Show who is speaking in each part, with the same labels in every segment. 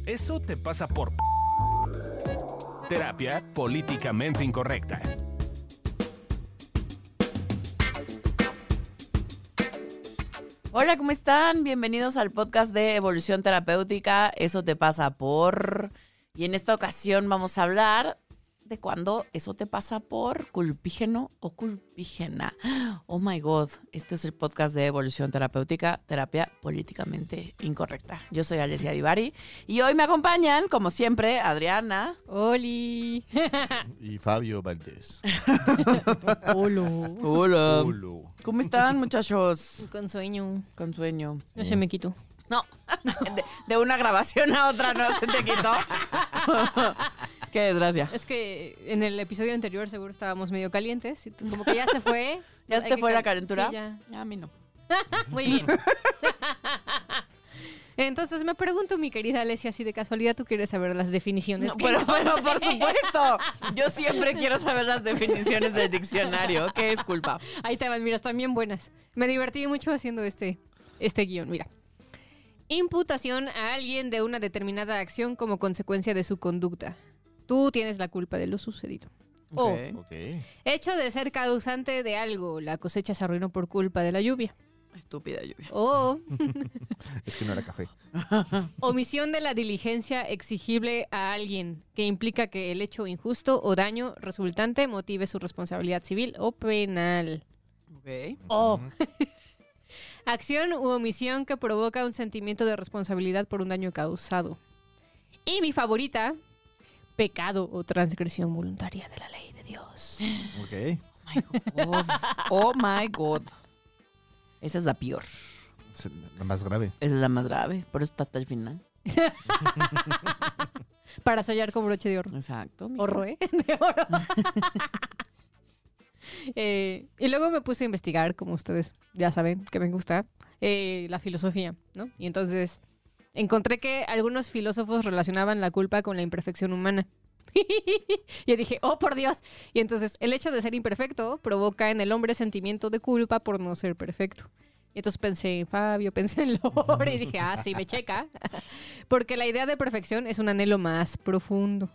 Speaker 1: Eso te pasa por terapia políticamente incorrecta.
Speaker 2: Hola, ¿cómo están? Bienvenidos al podcast de Evolución Terapéutica. Eso te pasa por... Y en esta ocasión vamos a hablar de cuando eso te pasa por culpígeno o culpígena. Oh my God, este es el podcast de Evolución Terapéutica, terapia políticamente incorrecta. Yo soy Alessia Divari y hoy me acompañan, como siempre, Adriana.
Speaker 3: ¡Oli!
Speaker 4: Y Fabio Valdés.
Speaker 3: ¡Holo!
Speaker 2: Hola.
Speaker 4: Olo.
Speaker 2: ¿Cómo están, muchachos?
Speaker 3: Con sueño.
Speaker 2: Con sueño.
Speaker 3: No se me quitó.
Speaker 2: No, de una grabación a otra no se te quitó. Qué desgracia.
Speaker 3: Es que en el episodio anterior seguro estábamos medio calientes. Y como que ya se fue.
Speaker 2: ¿Ya se te fue la calentura?
Speaker 3: Sí, ya.
Speaker 2: A mí no.
Speaker 3: Muy bien. Entonces me pregunto, mi querida Alessia, si de casualidad tú quieres saber las definiciones.
Speaker 2: No, pero por supuesto. Yo siempre quiero saber las definiciones del diccionario. ¿Qué es culpa?
Speaker 3: Ahí te van, mira, están bien buenas. Me divertí mucho haciendo este guión, mira. Imputación a alguien de una determinada acción como consecuencia de su conducta. Tú tienes la culpa de lo sucedido.
Speaker 2: Ok.
Speaker 4: Ok.
Speaker 3: Hecho de ser causante de algo. La cosecha se arruinó por culpa de la lluvia.
Speaker 2: Estúpida lluvia.
Speaker 3: O
Speaker 4: Es que no era café.
Speaker 3: omisión de la diligencia exigible a alguien, que implica que el hecho injusto o daño resultante motive su responsabilidad civil o penal.
Speaker 2: Ok.
Speaker 3: O acción u omisión que provoca un sentimiento de responsabilidad por un daño causado. Y mi favorita, pecado o transgresión voluntaria de la ley de Dios.
Speaker 4: Ok.
Speaker 2: Oh my God. Oh my God. Esa es la peor.
Speaker 4: Es la más grave.
Speaker 2: Esa es la más grave. Por eso está hasta el final.
Speaker 3: Para sellar con broche de oro.
Speaker 2: Exacto. mijo.
Speaker 3: Oro, ¿eh? De oro. Y luego me puse a investigar, como ustedes ya saben que me gusta, la filosofía, ¿no? Y entonces encontré que algunos filósofos relacionaban la culpa con la imperfección humana. Y yo dije, oh, por Dios. Y entonces el hecho de ser imperfecto provoca en el hombre sentimiento de culpa por no ser perfecto. Y entonces pensé en Fabio, pensé en Lore y dije, sí, me checa. Porque la idea de perfección es un anhelo más profundo.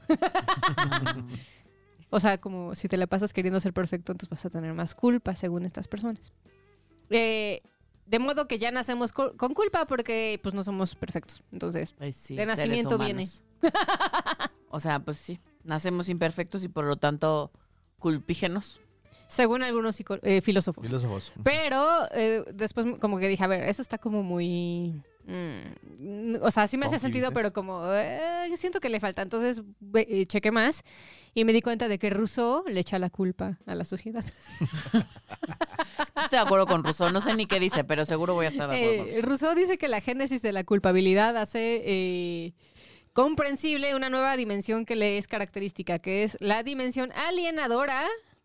Speaker 3: O sea, como si te la pasas queriendo ser perfecto, entonces vas a tener más culpa, según estas personas. De modo que ya nacemos con culpa porque pues no somos perfectos. Entonces,
Speaker 2: Ay, sí,
Speaker 3: de
Speaker 2: seres
Speaker 3: nacimiento
Speaker 2: humanos.
Speaker 3: viene.
Speaker 2: O sea, pues sí. Nacemos imperfectos y por lo tanto culpígenos.
Speaker 3: Según algunos filósofos.
Speaker 4: Filósofos.
Speaker 3: Pero después como que dije, a ver, eso está como muy... o sea, sí me hace
Speaker 4: Funky
Speaker 3: sentido,
Speaker 4: business.
Speaker 3: pero como siento que le falta. Entonces chequé más y me di cuenta de que Rousseau le echa la culpa a la sociedad.
Speaker 2: Estoy de acuerdo con Rousseau. No sé ni qué dice, pero seguro voy a estar de acuerdo con Rousseau.
Speaker 3: Rousseau dice que la génesis de la culpabilidad hace comprensible una nueva dimensión que le es característica, que es la dimensión alienadora,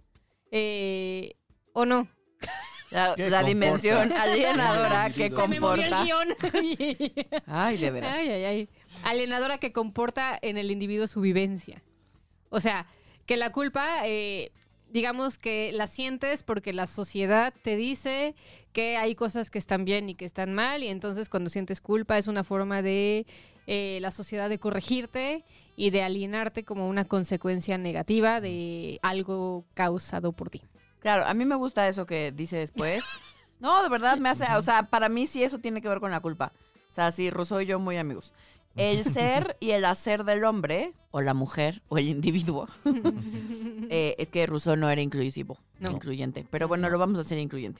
Speaker 3: ¿o no?
Speaker 2: La
Speaker 4: comporta.
Speaker 2: dimensión alienadora que
Speaker 4: Se
Speaker 3: Se me movió el
Speaker 2: comporta.
Speaker 3: guión.
Speaker 2: Ay, de veras.
Speaker 3: Ay. Alienadora que comporta en el individuo su vivencia. O sea, que la culpa, digamos que la sientes porque la sociedad te dice que hay cosas que están bien y que están mal, y entonces cuando sientes culpa es una forma de la sociedad de corregirte y de alienarte como una consecuencia negativa de algo causado por ti.
Speaker 2: Claro, a mí me gusta eso que dice después. No, de verdad me hace, o sea, para mí sí eso tiene que ver con la culpa. O sea, sí, Rousseau y yo muy amigos. El ser y el hacer del hombre, o la mujer, o el individuo. Es que Rousseau no era inclusivo,
Speaker 3: No.
Speaker 2: incluyente. Pero bueno, lo vamos a hacer incluyente.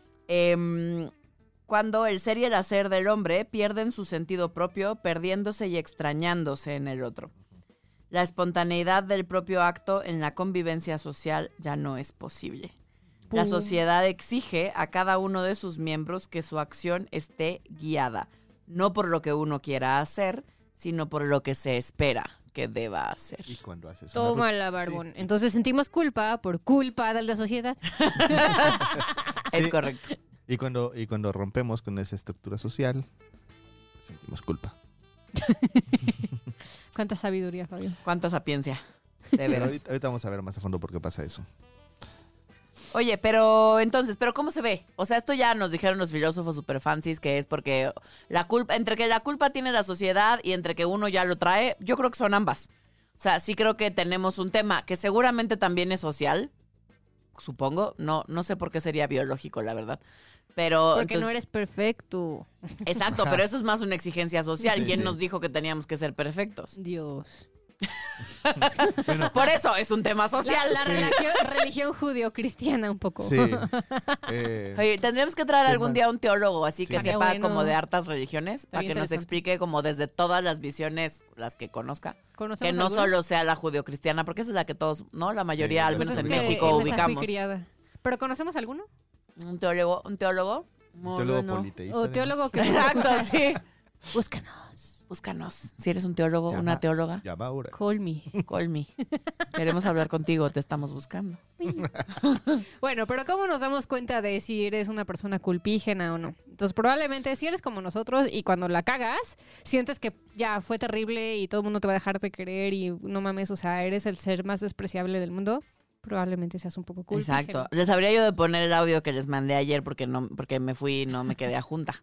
Speaker 2: Cuando el ser y el hacer del hombre pierden su sentido propio, perdiéndose y extrañándose en el otro. La espontaneidad del propio acto en la convivencia social ya no es posible. La
Speaker 3: Pum.
Speaker 2: sociedad exige a cada uno de sus miembros que su acción esté guiada, no por lo que uno quiera hacer, sino por lo que se espera que deba hacer.
Speaker 4: Y cuando haces una
Speaker 3: Toma
Speaker 4: ruta-
Speaker 3: la barbón.
Speaker 4: Sí.
Speaker 3: Entonces sentimos culpa por culpa de la sociedad.
Speaker 2: Es
Speaker 4: Sí.
Speaker 2: correcto.
Speaker 4: Y cuando rompemos con esa estructura social, sentimos culpa.
Speaker 3: Cuánta sabiduría, Fabio.
Speaker 2: Cuánta sapiencia, de
Speaker 4: Pero
Speaker 2: veras.
Speaker 4: ahorita vamos a ver más a fondo por qué pasa eso.
Speaker 2: Oye, pero entonces, ¿pero cómo se ve? O sea, esto ya nos dijeron los filósofos super fancies que es porque la culpa, entre que la culpa tiene la sociedad y entre que uno ya lo trae, yo creo que son ambas. O sea, sí creo que tenemos un tema que seguramente también es social, supongo. No sé por qué sería biológico, la verdad. Pero
Speaker 3: Porque
Speaker 2: entonces,
Speaker 3: no eres perfecto.
Speaker 2: exacto, pero eso es más una exigencia social.
Speaker 4: Sí,
Speaker 2: ¿Quién
Speaker 4: sí.
Speaker 2: nos dijo que teníamos que ser perfectos?
Speaker 3: Dios.
Speaker 4: Bueno,
Speaker 2: Por eso es un tema social.
Speaker 3: La religión judío-cristiana un poco.
Speaker 4: sí.
Speaker 2: Oye, tendríamos que traer algún
Speaker 4: Temas.
Speaker 2: día a un teólogo así
Speaker 4: Sí.
Speaker 2: que
Speaker 3: Estaría
Speaker 2: sepa
Speaker 3: bueno.
Speaker 2: como de hartas religiones para que nos
Speaker 3: interesante.
Speaker 2: explique como desde todas las visiones las que conozca.
Speaker 3: ¿Conocemos
Speaker 2: Que no
Speaker 3: alguno?
Speaker 2: solo sea la judeocristiana, porque esa es la que todos, ¿no? La mayoría,
Speaker 4: Sí,
Speaker 2: al
Speaker 4: pues
Speaker 2: menos
Speaker 3: Pues
Speaker 2: en
Speaker 3: es que
Speaker 2: México,
Speaker 3: en esa fui
Speaker 2: ubicamos.
Speaker 3: criada. ¿Pero conocemos alguno?
Speaker 2: Un teólogo. Muy
Speaker 4: Teólogo
Speaker 2: bueno.
Speaker 4: politeísta.
Speaker 3: O teólogo que nos
Speaker 2: Exacto,
Speaker 3: escucha.
Speaker 2: sí.
Speaker 3: Búscanos.
Speaker 2: Búscanos. Si eres un teólogo,
Speaker 4: Llama.
Speaker 2: una teóloga,
Speaker 4: Llama ahora.
Speaker 3: Call me.
Speaker 2: call me. Queremos hablar contigo, te estamos buscando.
Speaker 3: Bueno, pero ¿cómo nos damos cuenta de si eres una persona culpígena o no? Entonces, probablemente si eres como nosotros y cuando la cagas, sientes que ya fue terrible y todo el mundo te va a dejar de querer y no mames, o sea, eres el ser más despreciable del mundo, probablemente seas un poco culpígeno.
Speaker 2: Exacto. Les habría yo de poner el audio que les mandé ayer porque me fui y no me quedé a junta.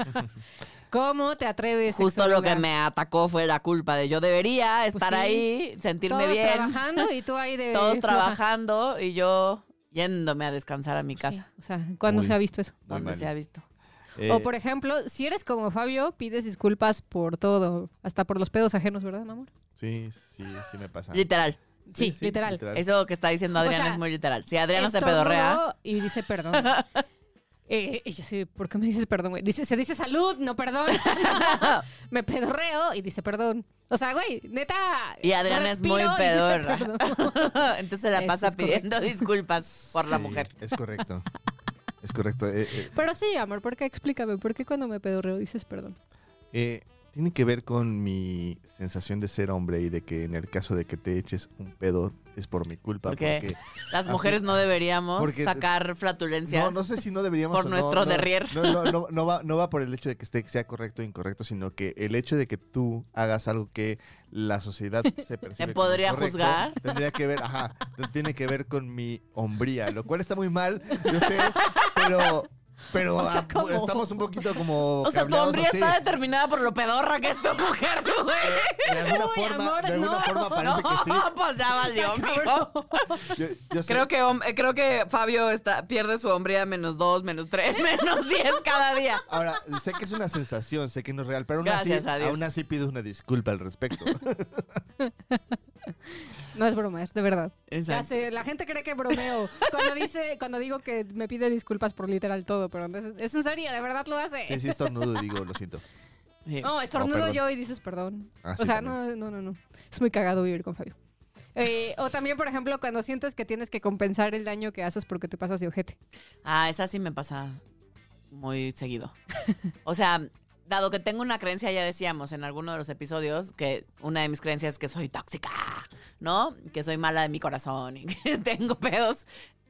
Speaker 3: ¿Cómo te atreves?
Speaker 2: Justo lo que
Speaker 3: sexóloga?
Speaker 2: me atacó fue la culpa de yo debería estar
Speaker 3: sí.
Speaker 2: ahí, sentirme
Speaker 3: Todos
Speaker 2: bien.
Speaker 3: trabajando y tú ahí de
Speaker 2: Todos
Speaker 3: floja.
Speaker 2: trabajando y yo yéndome a descansar a mi casa.
Speaker 3: Sí, o sea, ¿cuándo
Speaker 4: Muy-
Speaker 3: se ha visto eso?
Speaker 4: Muy
Speaker 2: Donde
Speaker 4: mal.
Speaker 2: se ha visto.
Speaker 3: O por ejemplo, si eres como Fabio, pides disculpas por todo, hasta por los pedos ajenos, ¿verdad, mi amor?
Speaker 4: Sí me pasa.
Speaker 2: Literal.
Speaker 3: Sí, literal.
Speaker 2: Eso que está diciendo
Speaker 3: O
Speaker 2: Adriana
Speaker 3: sea,
Speaker 2: es muy literal. Si Adriana se
Speaker 3: Estornudo
Speaker 2: pedorrea,
Speaker 3: y dice perdón. Y yo sí, ¿por qué me dices perdón, güey? Se dice salud, no perdón. Me pedorreo y dice perdón. O sea, güey, neta.
Speaker 2: y Adriana es muy
Speaker 3: respiro y dice
Speaker 2: pedorra.
Speaker 3: perdón.
Speaker 2: Entonces la
Speaker 3: Eso
Speaker 2: pasa
Speaker 3: es correcto.
Speaker 2: pidiendo disculpas por la
Speaker 4: Sí,
Speaker 2: mujer.
Speaker 4: Es correcto. Es correcto.
Speaker 3: Pero sí, amor, ¿por qué? Explícame, ¿por qué cuando me pedorreo dices perdón?
Speaker 4: Tiene que ver con mi sensación de ser hombre y de que en el caso de que te eches un pedo es por mi culpa.
Speaker 2: Porque
Speaker 4: Porque
Speaker 2: las mujeres no deberíamos
Speaker 4: porque-
Speaker 2: sacar flatulencias.
Speaker 4: no sé si no deberíamos
Speaker 2: por
Speaker 4: o no,
Speaker 2: nuestro
Speaker 4: no,
Speaker 2: derrier.
Speaker 4: No va por el hecho de que sea correcto o incorrecto, sino que el hecho de que tú hagas algo que la sociedad se percibe
Speaker 2: ¿Me
Speaker 4: como
Speaker 2: podría
Speaker 4: incorrecto,
Speaker 2: juzgar?
Speaker 4: tendría que ver, tiene que ver con mi hombría, lo cual está muy mal, yo sé, pero
Speaker 3: O sea, ¿cómo?
Speaker 4: estamos un poquito como
Speaker 2: O sea, tu
Speaker 4: cableados
Speaker 2: hombría
Speaker 4: así.
Speaker 2: está determinada por lo pedorra que es tu mujer, güey.
Speaker 4: De alguna
Speaker 3: Uy,
Speaker 4: forma,
Speaker 3: amor,
Speaker 4: de alguna
Speaker 3: no.
Speaker 4: forma parece que sí.
Speaker 2: Pues ya valió, mijo.
Speaker 4: Yo sé-
Speaker 2: Creo que Fabio pierde su hombría -2, -3, -10 cada día.
Speaker 4: Ahora, sé que es una sensación, sé que no es real, pero
Speaker 2: Gracias a Dios.
Speaker 4: aún así pido una disculpa al respecto.
Speaker 3: No es broma, es de verdad. Ya
Speaker 2: Exacto.
Speaker 3: sé, la gente cree que bromeo cuando digo que me pide disculpas por literal todo, pero es en serio, de verdad lo hace.
Speaker 4: Sí, estornudo, digo, lo siento.
Speaker 2: Sí.
Speaker 3: No, estornudo
Speaker 4: perdón.
Speaker 3: yo y dices perdón.
Speaker 4: Ah,
Speaker 3: O
Speaker 4: sí,
Speaker 3: sea,
Speaker 4: también.
Speaker 3: no. Es muy cagado vivir con Fabio. O también, por ejemplo, cuando sientes que tienes que compensar el daño que haces porque te pasas de ojete.
Speaker 2: Ah, esa sí me pasa muy seguido. O sea, dado que tengo una creencia, ya decíamos en alguno de los episodios, que una de mis creencias es que soy tóxica, ¿no? Que soy mala de mi corazón y que tengo pedos.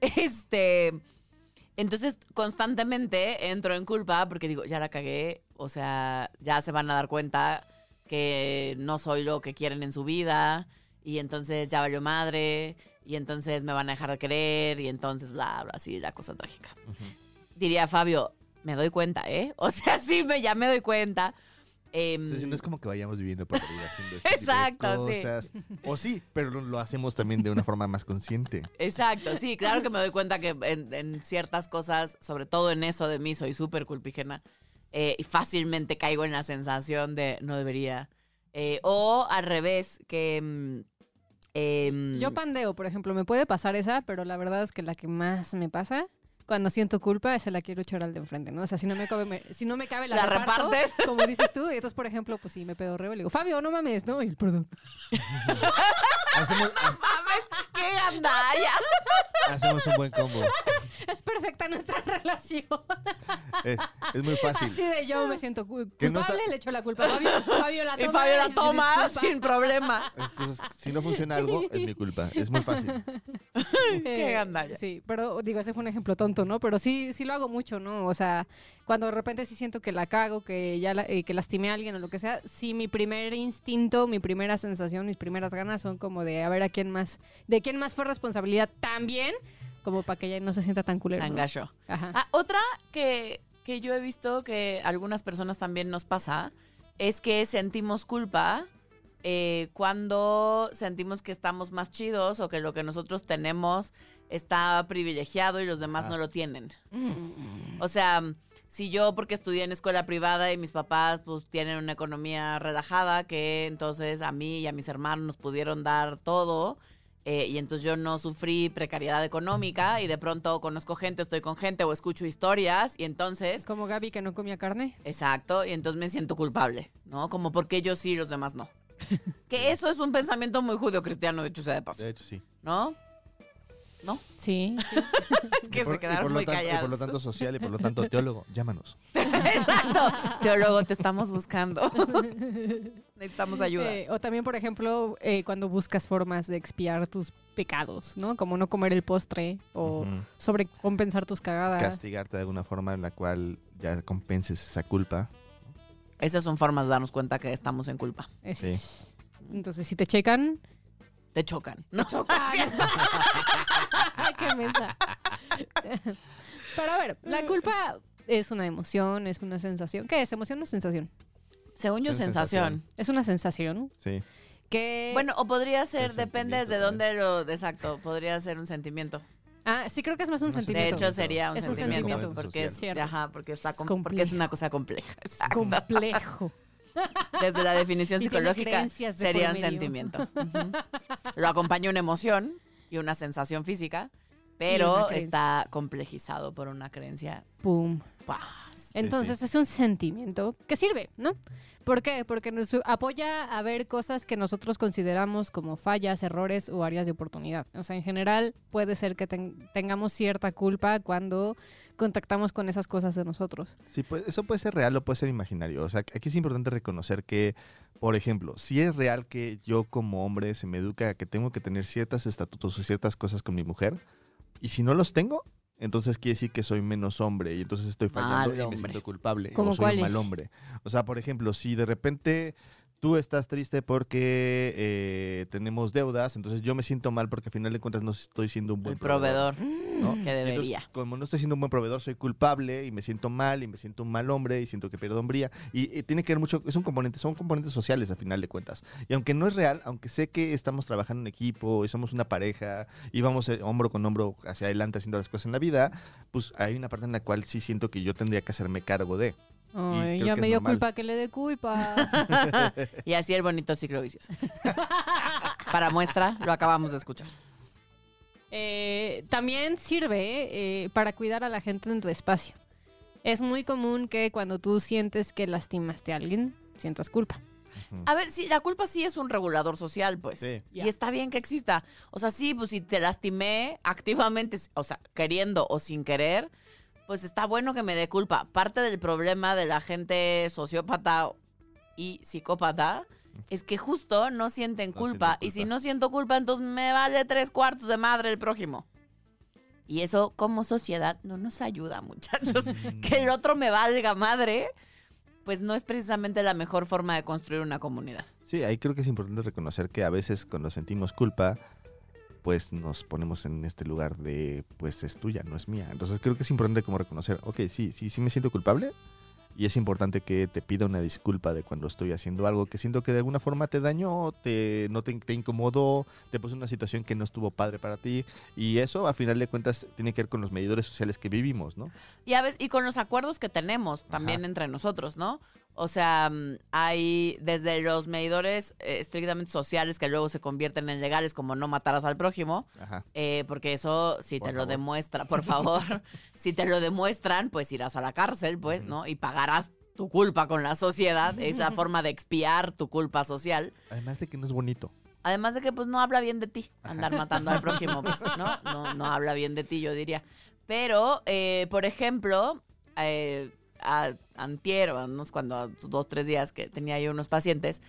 Speaker 2: Entonces, constantemente entro en culpa porque digo, ya la cagué, o sea, ya se van a dar cuenta que no soy lo que quieren en su vida y entonces ya valió madre y entonces me van a dejar de querer y entonces bla, bla, así la cosa trágica. Diría Fabio, me doy cuenta, ¿eh? O sea, sí, ya me doy cuenta.
Speaker 4: Sí, sí, no es como que vayamos viviendo por ahí haciendo este
Speaker 2: Exacto,
Speaker 4: tipo de
Speaker 2: sí.
Speaker 4: cosas. O sí, pero lo hacemos también de una forma más consciente.
Speaker 2: Exacto, sí, claro que me doy cuenta que en ciertas cosas, sobre todo en eso de mí, soy súper culpígena y fácilmente caigo en la sensación de no debería. O al revés, que...
Speaker 3: Yo pandeo, por ejemplo, me puede pasar esa, pero la verdad es que la que más me pasa cuando siento culpa, se la quiero echar al de enfrente, ¿no? O sea, si no me cabe la
Speaker 2: ¿La
Speaker 3: reparto,
Speaker 2: repartes?
Speaker 3: como dices tú. Y entonces, por ejemplo, pues si me pedorreo, le digo, Fabio, no mames, ¿no? Y el perdón.
Speaker 2: ¡Mames! ¡Qué gandalla!
Speaker 4: Hacemos un buen combo.
Speaker 3: Es perfecta nuestra relación.
Speaker 4: Es muy fácil.
Speaker 3: Así de yo me siento
Speaker 4: Que no
Speaker 3: culpable,
Speaker 4: sa-
Speaker 3: le echo la culpa a Fabio. Fabio la toma.
Speaker 2: Y Fabio la
Speaker 3: se
Speaker 2: toma
Speaker 3: disculpa.
Speaker 2: sin problema.
Speaker 4: Entonces, si no funciona algo, es mi culpa. Es muy fácil.
Speaker 2: Qué gandalla.
Speaker 3: Sí, pero digo, ese fue un ejemplo tonto, ¿no? Pero sí lo hago mucho, ¿no? O sea, cuando de repente sí siento que la cago, que que lastimé a alguien o lo que sea, sí mi primer instinto, mi primera sensación, mis primeras ganas son como de a ver de quién más fue responsabilidad también, como para que ella no se sienta tan culero.
Speaker 2: Tan
Speaker 3: ¿no?
Speaker 2: gacho.
Speaker 3: Ajá.
Speaker 2: Otra que yo he visto que a algunas personas también nos pasa es que sentimos culpa cuando sentimos que estamos más chidos o que lo que nosotros tenemos está privilegiado y los demás no lo tienen. O sea, si yo porque estudié en escuela privada y mis papás pues tienen una economía relajada que entonces a mí y a mis hermanos nos pudieron dar todo y entonces yo no sufrí precariedad económica y de pronto conozco gente, estoy con gente o escucho historias y entonces...
Speaker 3: Como Gaby que no comía carne.
Speaker 2: Exacto, y entonces me siento culpable, ¿no? Como porque yo sí y los demás no. Que eso es un pensamiento muy judio-cristiano, de hecho, sea de paso.
Speaker 4: De hecho, sí.
Speaker 2: ¿No? ¿No?
Speaker 3: Sí.
Speaker 2: Es que se quedaron muy
Speaker 4: Y
Speaker 2: callados.
Speaker 4: por lo tanto social y por lo tanto teólogo, llámanos.
Speaker 2: Exacto. Teólogo, te estamos buscando. Necesitamos ayuda.
Speaker 3: O también, por ejemplo, cuando buscas formas de expiar tus pecados, ¿no? Como no comer el postre o
Speaker 4: Ujú.
Speaker 3: sobrecompensar tus cagadas.
Speaker 4: Castigarte de alguna forma en la cual ya compenses esa culpa.
Speaker 2: Esas son formas de darnos cuenta que estamos en culpa.
Speaker 3: Sí.
Speaker 4: Sí.
Speaker 3: Entonces, si te checan,
Speaker 2: Te chocan. No.
Speaker 3: ¡ay, qué mensa! Pero a ver, la culpa es una emoción, es una sensación. ¿Qué es? ¿Emoción o sensación?
Speaker 2: Según yo,
Speaker 4: Es
Speaker 2: sensación.
Speaker 3: Es una sensación
Speaker 4: Sí.
Speaker 3: que...
Speaker 2: Bueno, o podría ser,
Speaker 4: Sí,
Speaker 2: depende desde
Speaker 4: sentimiento
Speaker 2: dónde lo... Exacto, podría ser un sentimiento.
Speaker 3: Ah, sí, creo que es más un
Speaker 4: No sé.
Speaker 2: De
Speaker 3: sentimiento.
Speaker 2: hecho, sería un
Speaker 3: Es un
Speaker 2: sentimiento.
Speaker 3: sentimiento.
Speaker 2: Porque es,
Speaker 3: Cierto.
Speaker 2: ajá, porque, está
Speaker 3: Es
Speaker 2: porque es
Speaker 3: complejo.
Speaker 2: una cosa compleja. Exacto.
Speaker 3: Complejo.
Speaker 2: Desde la definición
Speaker 3: Y tiene
Speaker 2: psicológica
Speaker 3: creencias de
Speaker 2: sería
Speaker 3: por
Speaker 2: un
Speaker 3: medio.
Speaker 2: sentimiento. Ujú. Lo acompaña una emoción y una sensación física,
Speaker 3: Y
Speaker 2: pero
Speaker 3: una creencia.
Speaker 2: está complejizado por una creencia.
Speaker 3: Pum.
Speaker 2: Paz.
Speaker 3: Entonces es un sentimiento que sirve, ¿no? ¿Por qué? Porque nos apoya a ver cosas que nosotros consideramos como fallas, errores o áreas de oportunidad. O sea, en general puede ser que tengamos cierta culpa cuando contactamos con esas cosas de nosotros.
Speaker 4: Sí, pues eso puede ser real o puede ser imaginario. O sea, aquí es importante reconocer que, por ejemplo, si es real que yo como hombre se me educa a que tengo que tener ciertos estatutos o ciertas cosas con mi mujer, y si no los tengo, entonces quiere decir que soy menos hombre y entonces estoy fallando
Speaker 2: Mal
Speaker 4: y me
Speaker 2: hombre.
Speaker 4: siento culpable
Speaker 3: ¿Cómo
Speaker 4: o soy un
Speaker 3: cuáles?
Speaker 4: mal hombre. O sea, por ejemplo, si de repente tú estás triste porque tenemos deudas, entonces yo me siento mal porque al final de cuentas no estoy siendo un buen
Speaker 2: El proveedor
Speaker 4: ¿no?
Speaker 2: que debería.
Speaker 4: Entonces, como no estoy siendo un buen proveedor, soy culpable y me siento mal y me siento un mal hombre y siento que pierdo hombría. Y tiene que ver mucho, es un componente, son componentes sociales a final de cuentas. Y aunque no es real, aunque sé que estamos trabajando en equipo y somos una pareja y vamos hombro con hombro hacia adelante haciendo las cosas en la vida, pues hay una parte en la cual sí siento que yo tendría que hacerme cargo de.
Speaker 3: Ay,
Speaker 4: creo
Speaker 3: ya
Speaker 4: que
Speaker 3: me
Speaker 4: es
Speaker 3: dio
Speaker 4: normal.
Speaker 3: culpa que le dé culpa.
Speaker 2: Y así el bonito ciclo vicioso. Para muestra, lo acabamos de escuchar.
Speaker 3: También sirve para cuidar a la gente en tu espacio. Es muy común que cuando tú sientes que lastimaste a alguien, sientas culpa.
Speaker 2: A ver, sí, la culpa sí es un regulador social, pues.
Speaker 4: Sí.
Speaker 3: Ya.
Speaker 2: Y está bien que exista. O sea, sí, pues si te lastimé activamente, o sea, queriendo o sin querer, pues está bueno que me dé culpa. Parte del problema de la gente sociópata y psicópata es que justo no sienten
Speaker 4: No
Speaker 2: culpa.
Speaker 4: sienten
Speaker 2: Y si
Speaker 4: culpa.
Speaker 2: no siento culpa, entonces me vale 3/4 de madre el prójimo. Y eso como sociedad no nos ayuda, muchachos. Que el otro me valga madre, pues no es precisamente la mejor forma de construir una comunidad.
Speaker 4: Sí, ahí creo que es importante reconocer que a veces cuando sentimos culpa, pues nos ponemos en este lugar de, pues es tuya, no es mía. Entonces creo que es importante como reconocer, ok, sí me siento culpable y es importante que te pida una disculpa de cuando estoy haciendo algo que siento que de alguna forma te dañó, te incomodó, te puso en una situación que no estuvo padre para ti y eso a final de cuentas tiene que ver con los medidores sociales que vivimos, ¿no?
Speaker 2: Y a veces, y con los acuerdos que tenemos también
Speaker 4: Ajá.
Speaker 2: entre nosotros, ¿no? O sea, hay desde los medidores estrictamente sociales que luego se convierten en legales, como no matarás al prójimo,
Speaker 4: Ajá.
Speaker 2: porque eso, si
Speaker 4: Por
Speaker 2: te lo
Speaker 4: favor.
Speaker 2: demuestra, por favor, si te lo demuestran, pues irás a la cárcel, pues, ¿no? Y pagarás tu culpa con la sociedad, es la forma de expiar tu culpa social.
Speaker 4: Además de que no es bonito.
Speaker 2: Además de que, pues, no habla bien de ti andar matando al prójimo, pues, ¿no? No habla bien de ti, yo diría. Pero, por ejemplo, antier, o cuando 2, 3 días que tenía yo unos pacientes,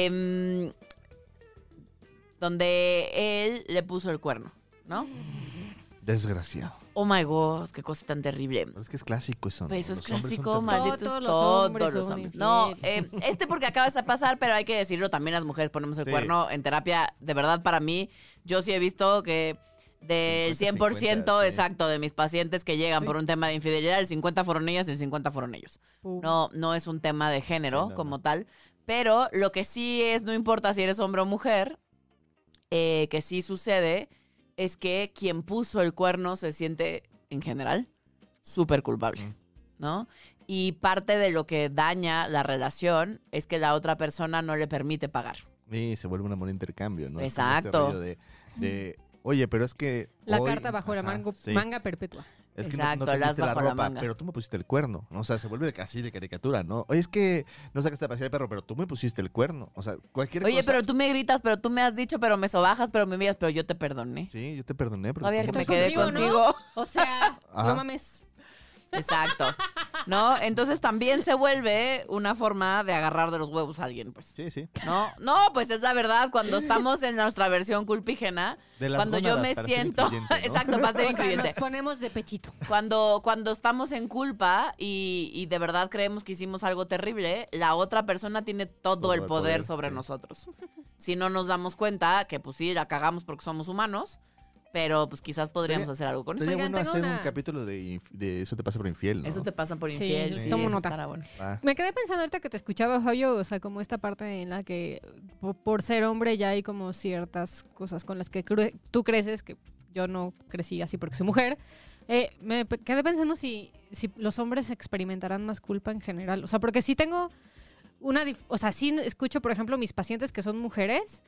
Speaker 2: donde él le puso el cuerno, ¿no?
Speaker 4: Desgraciado.
Speaker 2: Oh my God, qué cosa tan terrible.
Speaker 4: Pero es que es clásico eso, ¿no?
Speaker 2: Eso es
Speaker 4: Los hombres son
Speaker 2: clásico,
Speaker 4: tan-
Speaker 2: malditos
Speaker 3: Todos los
Speaker 2: todos
Speaker 3: hombres
Speaker 2: los
Speaker 3: son
Speaker 2: hombres. No,
Speaker 3: infieles.
Speaker 2: porque acaba de pasar, pero hay que decirlo, también las mujeres ponemos el
Speaker 4: Sí.
Speaker 2: cuerno en terapia. De verdad, para mí, yo sí he visto que del 100%,
Speaker 4: 50, sí.
Speaker 2: exacto, de mis pacientes que llegan por un tema de infidelidad, el 50 fueron ellas y el 50 fueron ellos. No es un tema de género como tal, pero lo que sí es, no importa si eres hombre o mujer, que sí sucede, es que quien puso el cuerno se siente, en general, súper culpable, ¿no? Y parte de lo que daña la relación es que la otra persona no le permite pagar.
Speaker 4: Y se vuelve un amor intercambio, ¿no?
Speaker 2: Exacto.
Speaker 4: Es como este rollo de, oye, pero es que
Speaker 3: La
Speaker 4: hoy-
Speaker 3: carta bajo la
Speaker 4: sí.
Speaker 3: manga perpetua.
Speaker 4: Es que
Speaker 2: Exacto,
Speaker 4: no te
Speaker 2: las
Speaker 4: pusiste la
Speaker 2: bajo la
Speaker 4: ropa,
Speaker 2: manga.
Speaker 4: pero tú me pusiste el cuerno. ¿No? O sea, se vuelve casi de caricatura, ¿no? Oye, es que no sacaste a pasear el perro, pero tú me pusiste el cuerno. O sea, cualquier
Speaker 2: Oye,
Speaker 4: cosa.
Speaker 2: pero tú me gritas, pero tú me has dicho, pero me sobajas, pero me envías, pero yo te perdoné.
Speaker 4: Sí, yo te perdoné. Pero
Speaker 2: Todavía
Speaker 4: tú
Speaker 2: que
Speaker 4: me
Speaker 2: me quedé
Speaker 3: contigo,
Speaker 2: contigo.
Speaker 3: ¿no? O sea,
Speaker 4: Ajá.
Speaker 3: no mames.
Speaker 2: Exacto. ¿No? Entonces también se vuelve una forma de agarrar de los huevos a alguien, pues.
Speaker 4: Sí, sí.
Speaker 2: No, pues es la verdad, cuando estamos en nuestra versión culpígena,
Speaker 4: De las
Speaker 2: cuando yo
Speaker 4: gónadas
Speaker 2: me
Speaker 4: para ser
Speaker 2: siento,
Speaker 4: incluyente, ¿no?
Speaker 2: exacto, para ser
Speaker 3: O sea,
Speaker 2: incluyente.
Speaker 3: nos ponemos de pechito.
Speaker 2: Cuando estamos en culpa y de verdad creemos que hicimos algo terrible, la otra persona tiene todo el poder sobre
Speaker 4: sí.
Speaker 2: nosotros. Si no nos damos cuenta que pues sí, la cagamos porque somos humanos, pero pues quizás podríamos
Speaker 4: Estaría-
Speaker 2: hacer algo con eso.
Speaker 4: Sería
Speaker 3: Oigan,
Speaker 4: bueno
Speaker 3: tengo
Speaker 4: hacer
Speaker 3: una-
Speaker 4: un capítulo de Eso te pasa por infiel, ¿no?
Speaker 2: Eso te pasa por
Speaker 3: Sí,
Speaker 2: infiel.
Speaker 3: sí,
Speaker 2: Sí,
Speaker 3: tomo
Speaker 2: eso
Speaker 3: nota.
Speaker 2: estará bueno.
Speaker 4: Ah,
Speaker 3: Me quedé pensando ahorita que te escuchaba, Fabio, o sea, como esta parte en la que por ser hombre ya hay como ciertas cosas con las que tú creces, que yo no crecí así porque soy mujer. Quedé pensando si los hombres experimentarán más culpa en general. O sea, porque sí tengo o sea, sí escucho, por ejemplo, mis pacientes que son mujeres.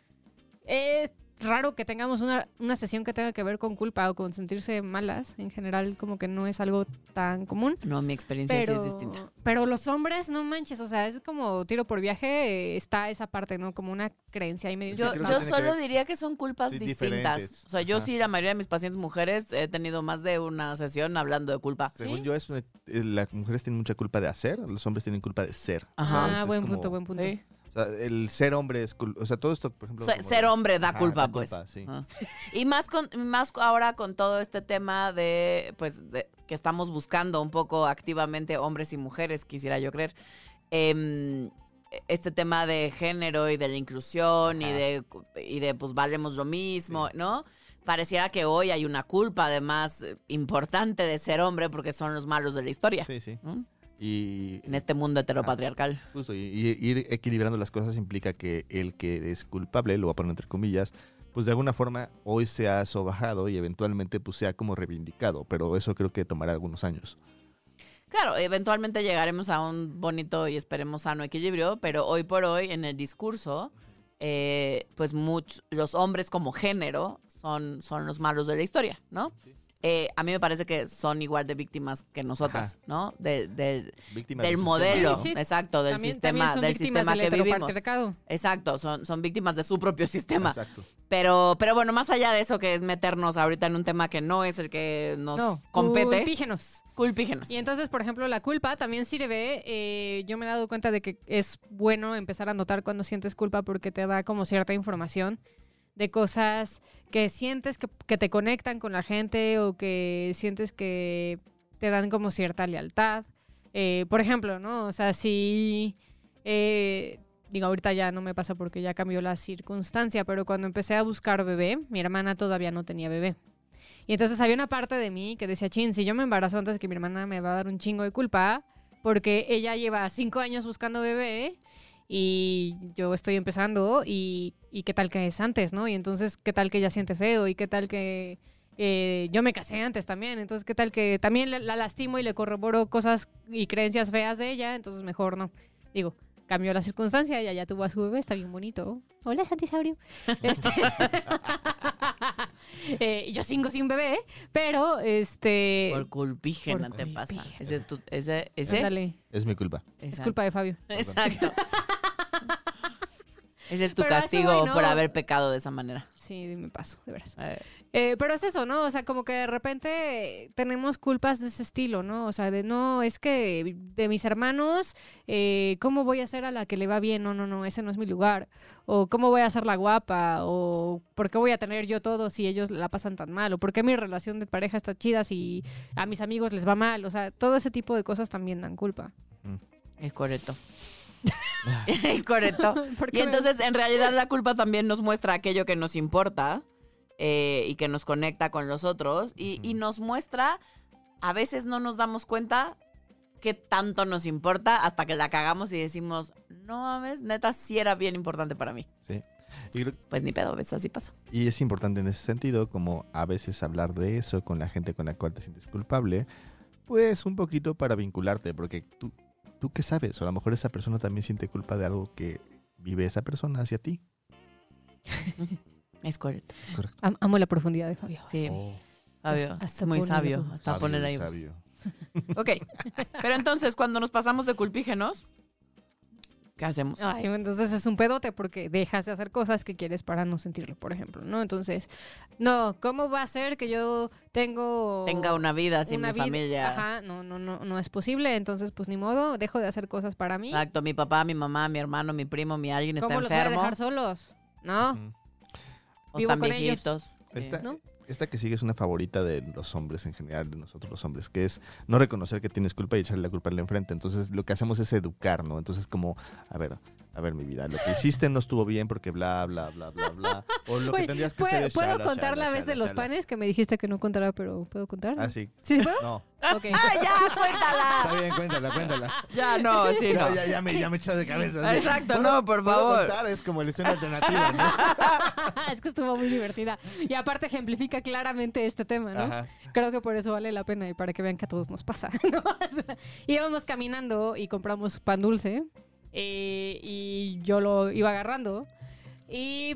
Speaker 3: Es raro que tengamos una sesión que tenga que ver con culpa o con sentirse malas. En general, como que no es algo tan común.
Speaker 2: No, mi experiencia
Speaker 3: Pero,
Speaker 2: sí es distinta.
Speaker 3: pero los hombres, no manches, o sea, es como tiro por viaje, está esa parte, ¿no? Como una creencia ahí medio...
Speaker 2: Yo,
Speaker 4: creo que
Speaker 2: yo
Speaker 4: tiene que
Speaker 2: solo
Speaker 4: ver-
Speaker 2: diría que son culpas
Speaker 4: Sí,
Speaker 2: distintas.
Speaker 4: diferentes.
Speaker 2: O sea, yo
Speaker 4: Ajá.
Speaker 2: sí, la mayoría de mis pacientes mujeres he tenido más de una sesión hablando de culpa.
Speaker 4: según
Speaker 3: ¿Sí?
Speaker 4: yo, las mujeres tienen mucha culpa de hacer, los hombres tienen culpa de ser.
Speaker 2: Ajá.
Speaker 4: ¿Sabes?
Speaker 3: Ah,
Speaker 4: Es
Speaker 3: buen
Speaker 4: como-
Speaker 3: punto, buen punto.
Speaker 2: Sí.
Speaker 4: O sea, el ser hombre es culpa. O sea, todo esto, por ejemplo. como
Speaker 2: Ser hombre da
Speaker 4: Ajá,
Speaker 2: culpa,
Speaker 4: da
Speaker 2: pues.
Speaker 4: culpa, sí.
Speaker 2: Ajá. Y más ahora con todo este tema de, pues, que estamos buscando un poco activamente hombres y mujeres, quisiera yo creer. Este tema de género y de la inclusión
Speaker 4: Ajá.
Speaker 2: y de, pues, valemos lo mismo,
Speaker 4: Sí.
Speaker 2: ¿no? Pareciera que hoy hay una culpa, además, importante de ser hombre porque son los malos de la historia.
Speaker 4: Sí, sí.
Speaker 2: ¿No?
Speaker 4: Y
Speaker 2: En este mundo heteropatriarcal.
Speaker 4: justo, y ir equilibrando las cosas implica que el que es culpable, lo voy a poner entre comillas, pues de alguna forma hoy se ha sobajado y eventualmente pues sea como reivindicado, pero eso creo que tomará algunos años.
Speaker 2: Claro, eventualmente llegaremos a un bonito y esperemos sano equilibrio, pero hoy por hoy en el discurso, pues los hombres como género son los malos de la historia, ¿no? A mí me parece que son igual de víctimas que nosotras,
Speaker 4: Ajá.
Speaker 2: ¿no?
Speaker 4: Víctimas
Speaker 2: Del
Speaker 4: sistema,
Speaker 2: modelo,
Speaker 4: ¿no?
Speaker 3: Sí, sí.
Speaker 2: exacto, del
Speaker 3: También
Speaker 2: sistema,
Speaker 3: son
Speaker 2: del
Speaker 3: víctimas
Speaker 2: sistema
Speaker 3: del
Speaker 2: que vivimos.
Speaker 3: heteropatriarcado.
Speaker 2: Exacto, son víctimas de su propio sistema.
Speaker 4: Exacto.
Speaker 2: Pero bueno, más allá de eso que es meternos ahorita en un tema que no es el que nos
Speaker 3: No,
Speaker 2: compete,
Speaker 3: culpígenos.
Speaker 2: culpígenos.
Speaker 3: Y entonces, por ejemplo, la culpa también sirve. Yo me he dado cuenta de que es bueno empezar a notar cuando sientes culpa porque te da como cierta información de cosas que sientes que te conectan con la gente o que sientes que te dan como cierta lealtad. Por ejemplo, ¿no? O sea, si... digo, ahorita ya no me pasa porque ya cambió la circunstancia, pero cuando empecé a buscar bebé, mi hermana todavía no tenía bebé. Y entonces había una parte de mí que decía, chin, si yo me embarazo antes que mi hermana me va a dar un chingo de culpa porque ella lleva 5 años buscando bebé y yo estoy empezando y qué tal que es antes, ¿no? Y entonces qué tal que ella siente feo y qué tal que yo me casé antes también, entonces qué tal que también la lastimo y le corroboro cosas y creencias feas de ella, entonces mejor no. Digo, cambió la circunstancia, ella ya tuvo a su bebé, está bien bonito. Hola, Santisaurio. Y yo sigo sin bebé, pero
Speaker 2: Por culpígena
Speaker 3: por
Speaker 2: te pasa.
Speaker 3: culpígena.
Speaker 2: Ese es tu, ese.
Speaker 3: Ándale,
Speaker 4: Es mi culpa.
Speaker 3: es
Speaker 2: Exacto.
Speaker 3: culpa de Fabio.
Speaker 2: Exacto. Ese es tu
Speaker 3: Pero a eso
Speaker 2: castigo
Speaker 3: voy, ¿no?
Speaker 2: por haber pecado de esa manera.
Speaker 3: Sí, me paso, de veras.
Speaker 2: Eh,
Speaker 3: Pero es eso, ¿no? O sea, como que de repente tenemos culpas de ese estilo, ¿no? O sea, de no, es que de mis hermanos, ¿cómo voy a ser a la que le va bien? No, ese no es mi lugar. O ¿cómo voy a ser la guapa? O ¿por qué voy a tener yo todo si ellos la pasan tan mal? O ¿por qué mi relación de pareja está chida si a mis amigos les va mal? O sea, todo ese tipo de cosas también dan culpa.
Speaker 2: es correcto. Es correcto.
Speaker 3: ¿Por qué
Speaker 2: Y
Speaker 3: me-
Speaker 2: entonces, en realidad, la culpa también nos muestra aquello que nos importa. y que nos conecta con los otros y nos muestra, a veces no nos damos cuenta qué tanto nos importa hasta que la cagamos y decimos, no mames, neta, sí era bien importante para mí.
Speaker 4: Sí.
Speaker 2: Pues ni pedo, a veces así pasa.
Speaker 4: Y es importante en ese sentido, como a veces hablar de eso con la gente con la cual te sientes culpable, pues un poquito para vincularte, porque tú qué sabes, o a lo mejor esa persona también siente culpa de algo que vive esa persona hacia ti.
Speaker 2: Es correcto.
Speaker 4: Es correcto.
Speaker 3: Amo la profundidad de Fabio.
Speaker 2: Sí,
Speaker 4: Oh,
Speaker 2: Fabio,
Speaker 3: Hasta
Speaker 2: muy
Speaker 3: ponerle
Speaker 2: sabio,
Speaker 3: voz.
Speaker 2: hasta
Speaker 4: sabio,
Speaker 2: poner ahí voz.
Speaker 4: sabio.
Speaker 2: Ok, pero entonces cuando nos pasamos de culpígenos, ¿qué hacemos?
Speaker 3: Ay, entonces es un pedote porque dejas de hacer cosas que quieres para no sentirlo, por ejemplo, ¿no? Entonces, no, ¿cómo va a ser que yo
Speaker 2: Tenga una vida sin mi familia.
Speaker 3: Ajá, no es posible, entonces pues ni modo, dejo de hacer cosas para mí.
Speaker 2: Exacto, mi papá, mi mamá, mi hermano, mi primo, mi alguien está
Speaker 3: ¿Cómo los voy a
Speaker 2: enfermo.
Speaker 3: dejar solos? ¿No?
Speaker 4: Ujú.
Speaker 2: O
Speaker 3: vivo
Speaker 2: están
Speaker 3: con ellos.
Speaker 2: viejitos. Sí.
Speaker 4: Esta,
Speaker 3: ¿No?
Speaker 4: esta que sigue es una favorita de los hombres en general, de nosotros los hombres, que es no reconocer que tienes culpa y echarle la culpa al enfrente. Entonces lo que hacemos es educar, ¿no? Entonces como, a ver mi vida, lo que hiciste no estuvo bien porque bla, bla, bla, bla, bla. O lo que
Speaker 3: Güey,
Speaker 4: tendrías que hacer es
Speaker 3: ¿puedo
Speaker 4: shala,
Speaker 3: contar
Speaker 4: shala,
Speaker 3: la vez
Speaker 4: shala,
Speaker 3: de los
Speaker 4: shala.
Speaker 3: panes que me dijiste que no contara, pero puedo contar?
Speaker 4: Ah, sí.
Speaker 3: ¿Sí puedo?
Speaker 4: No.
Speaker 3: Ok.
Speaker 2: ¡Ah, ya, cuéntala!
Speaker 4: Está bien, cuéntala.
Speaker 2: Ya, no, sí, no.
Speaker 4: Ya me echas de cabeza.
Speaker 2: Exacto,
Speaker 4: ¿Puedo-
Speaker 2: no, por
Speaker 4: puedo
Speaker 2: favor.
Speaker 4: contar? Es como elección alternativa, ¿no?
Speaker 3: Es que estuvo muy divertida. Y aparte ejemplifica claramente este tema, ¿no?
Speaker 4: Ajá.
Speaker 3: Creo que por eso vale la pena y para que vean que a todos nos pasa, ¿no? O sea, íbamos caminando y compramos pan dulce y yo lo iba agarrando y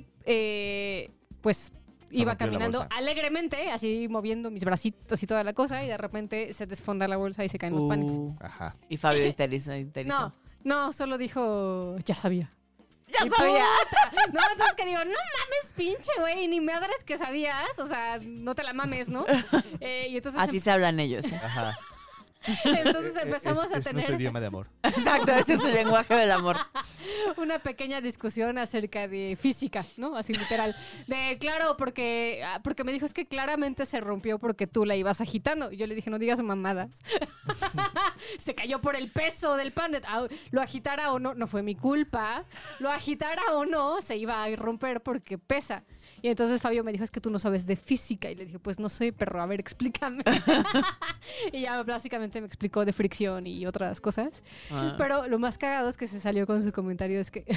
Speaker 3: pues iba
Speaker 4: rompió la
Speaker 3: caminando
Speaker 4: bolsa.
Speaker 3: alegremente, así moviendo mis bracitos y toda la cosa y de repente se desfonda la bolsa y se caen los panes.
Speaker 4: Ajá.
Speaker 2: Y Fabio histerizó.
Speaker 3: No, solo dijo, ya sabía.
Speaker 2: ¡Ya
Speaker 3: Y
Speaker 2: sabía!
Speaker 3: puta, no, entonces que digo, no mames, pinche güey, ni madres que sabías, o sea, no te la mames, ¿no? Y entonces,
Speaker 2: Así se hablan ellos. ¿eh?
Speaker 4: Ajá.
Speaker 3: entonces empezamos
Speaker 4: es
Speaker 3: a
Speaker 4: nuestro
Speaker 3: tener
Speaker 4: idioma de amor.
Speaker 2: Exacto, ese es su lenguaje del amor.
Speaker 3: una pequeña discusión acerca de física, ¿no? Así literal. De, claro, porque me dijo, es que claramente se rompió porque tú la ibas agitando. Y yo le dije, no digas mamadas. Se cayó por el peso del pan. Lo agitara o no fue mi culpa. Lo agitara o no, se iba a romper porque pesa. Y entonces Fabio me dijo, es que tú no sabes de física. Y le dije, pues no soy perro, a ver, explícame. Y ya básicamente me explicó de fricción y otras cosas.
Speaker 2: Ah.
Speaker 3: Pero lo más cagado es que se salió con su comentario, es que...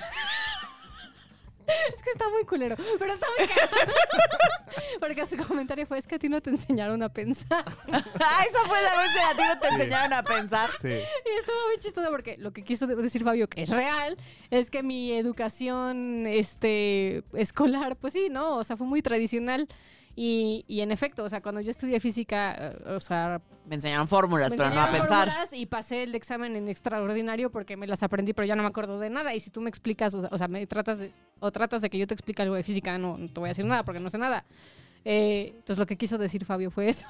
Speaker 3: Es que está muy culero, pero está muy cagado. Porque su comentario fue, es que a ti no te enseñaron a pensar.
Speaker 2: Esa fue la vez que a ti no te enseñaron a pensar.
Speaker 4: Sí.
Speaker 3: Y estuvo muy chistoso porque lo que quiso decir Fabio, que es real, es que mi educación escolar, pues sí, ¿no? O sea, fue muy tradicional. Y en efecto, o sea, cuando yo estudié física, o sea...
Speaker 2: Me enseñaron fórmulas,
Speaker 3: me
Speaker 2: pero no a
Speaker 3: enseñaron
Speaker 2: pensar.
Speaker 3: fórmulas y pasé el examen en extraordinario porque me las aprendí, pero ya no me acuerdo de nada. Y si tú me explicas, o sea me tratas de que yo te explique algo de física, no te voy a decir nada porque no sé nada. Entonces lo que quiso decir Fabio fue eso.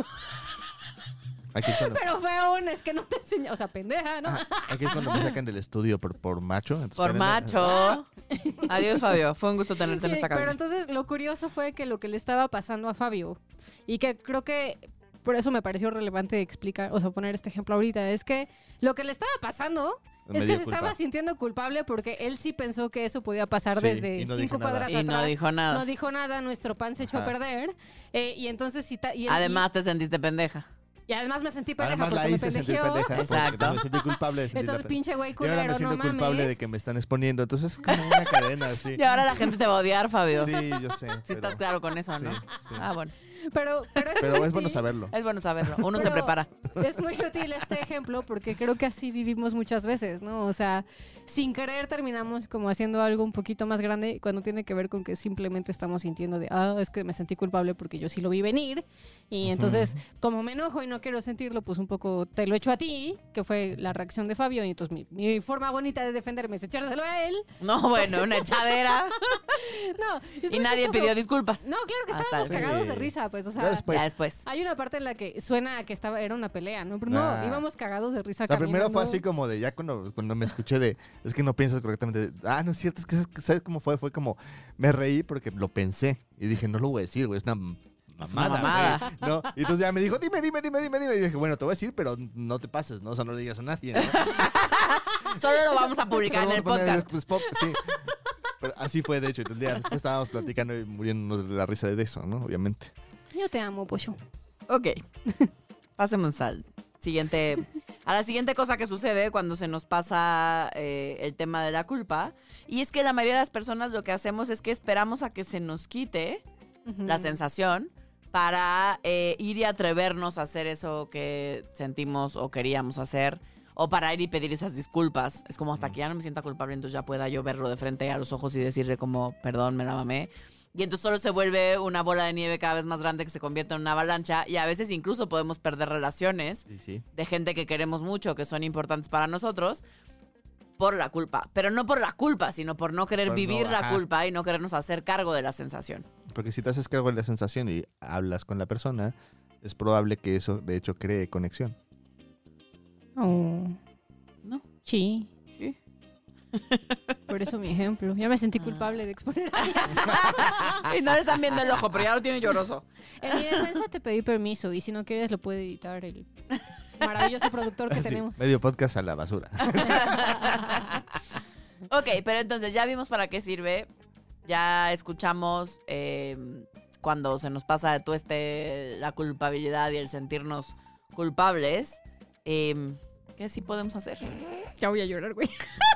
Speaker 4: Aquí es cuando,
Speaker 3: Pero fue es que no te enseña, o sea, pendeja, ¿no?
Speaker 4: aquí es cuando me sacan del estudio por macho. entonces
Speaker 2: Por
Speaker 4: ponen-
Speaker 2: macho. Adiós, Fabio. Fue un gusto tenerte en
Speaker 3: Sí,
Speaker 2: esta
Speaker 3: pero
Speaker 2: cabina.
Speaker 3: entonces lo curioso fue que lo que le estaba pasando a Fabio, y que creo que por eso me pareció relevante explicar, o sea, poner este ejemplo ahorita, es que lo que le estaba pasando
Speaker 4: Me
Speaker 3: es que
Speaker 4: dio
Speaker 3: se
Speaker 4: culpa.
Speaker 3: estaba sintiendo culpable porque él sí pensó que eso podía pasar
Speaker 4: Sí,
Speaker 3: desde
Speaker 4: y no
Speaker 3: 5
Speaker 4: dijo nada.
Speaker 3: cuadras
Speaker 2: Y
Speaker 3: atrás.
Speaker 2: no dijo nada.
Speaker 3: No dijo nada, nuestro pan se echó a
Speaker 4: Ajá.
Speaker 3: perder. Y entonces sí.
Speaker 2: Además, te sentiste pendeja.
Speaker 3: Y además me sentí pendeja
Speaker 4: Además la
Speaker 3: porque me
Speaker 4: hice sentir
Speaker 3: pendejeó.
Speaker 4: pendeja.
Speaker 2: Exacto.
Speaker 4: porque Me sentí culpable de sentirla
Speaker 3: Entonces,
Speaker 4: pendeja.
Speaker 3: pinche güey
Speaker 4: Y ahora me
Speaker 3: culero,
Speaker 4: siento
Speaker 3: no
Speaker 4: culpable
Speaker 3: mames.
Speaker 4: de que me están exponiendo. Entonces es como una cadena así.
Speaker 2: Y ahora la gente te va a odiar, Fabio.
Speaker 4: Sí, yo sé.
Speaker 2: Si estás claro con eso, ¿no?
Speaker 4: Sí, sí.
Speaker 2: Ah, bueno.
Speaker 3: Pero
Speaker 4: Pero es bueno saberlo.
Speaker 2: Es bueno saberlo. Uno se
Speaker 3: Pero
Speaker 2: prepara.
Speaker 3: Es muy útil este ejemplo porque creo que así vivimos muchas veces, ¿no? O sea, sin querer terminamos como haciendo algo un poquito más grande cuando tiene que ver con que simplemente estamos sintiendo de, es que me sentí culpable porque yo sí lo vi venir. Y entonces, como me enojo y no quiero sentirlo, pues un poco te lo echo a ti, que fue la reacción de Fabio. Y entonces mi forma bonita de defenderme es echárselo a él.
Speaker 2: No, bueno, una echadera.
Speaker 3: No, es
Speaker 2: Y
Speaker 3: muy
Speaker 2: nadie
Speaker 3: chistoso.
Speaker 2: pidió disculpas.
Speaker 3: No, claro que
Speaker 2: Hasta
Speaker 3: estábamos
Speaker 4: sí.
Speaker 3: cagados de risa, pues, o sea...
Speaker 4: Ya después.
Speaker 2: Ya después.
Speaker 3: Hay una parte en la que suena a que era una pelea, ¿no? Pero no,
Speaker 4: Nah.
Speaker 3: íbamos cagados de risa.
Speaker 4: O sea, primero fue
Speaker 3: caminando.
Speaker 4: así como de, ya cuando me escuché de, es que no piensas correctamente. No es cierto, es que ¿sabes cómo fue? Fue como, me reí porque lo pensé. Y dije, no lo voy a decir, güey, es una mamada.
Speaker 2: mamada.
Speaker 4: güey, ¿no? Y entonces ya me dijo, dime. Y dije, bueno, te voy a decir, pero no te pases, ¿no? O sea, no le digas a nadie, ¿no?
Speaker 2: Solo lo vamos a publicar en
Speaker 4: Solo
Speaker 2: el
Speaker 4: vamos a poner
Speaker 2: podcast.
Speaker 4: pues, sí. Pero así fue, de hecho. Un día después estábamos platicando y muriéndonos de la risa de eso, ¿no? Obviamente.
Speaker 3: Yo te amo, pollo.
Speaker 2: Ok. Pasemos a la siguiente cosa que sucede cuando se nos pasa el tema de la culpa. Y es que la mayoría de las personas lo que hacemos es que esperamos a que se nos quite la sensación para ir y atrevernos a hacer eso que sentimos o queríamos hacer. O para ir y pedir esas disculpas. Es como hasta que ya no me sienta culpable, entonces ya pueda yo verlo de frente a los ojos y decirle como, perdón, me la mamé. Y entonces solo se vuelve una bola de nieve cada vez más grande que se convierte en una avalancha. Y a veces incluso podemos perder relaciones
Speaker 4: Sí.
Speaker 2: de gente que queremos mucho, que son importantes para nosotros, por la culpa. Pero no por la culpa, sino por no querer vivir la culpa y no querernos hacer cargo de la sensación.
Speaker 4: Porque si te haces cargo de la sensación y hablas con la persona, es probable que eso, de hecho, cree conexión.
Speaker 3: Oh.
Speaker 2: ¿No?
Speaker 3: Sí.
Speaker 2: Sí.
Speaker 3: Por eso mi ejemplo. Ya me sentí culpable de exponer a
Speaker 2: Y no le están viendo el ojo, pero ya lo tiene lloroso.
Speaker 3: En mi defensa te pedí permiso y si no quieres lo puede editar el maravilloso productor que
Speaker 4: Sí,
Speaker 3: tenemos.
Speaker 4: medio podcast a la basura.
Speaker 2: Ok, pero entonces ya vimos para qué sirve. Ya escuchamos cuando se nos pasa de tueste la culpabilidad y el sentirnos culpables. ¿Qué sí podemos hacer?
Speaker 3: Ya voy a llorar, güey.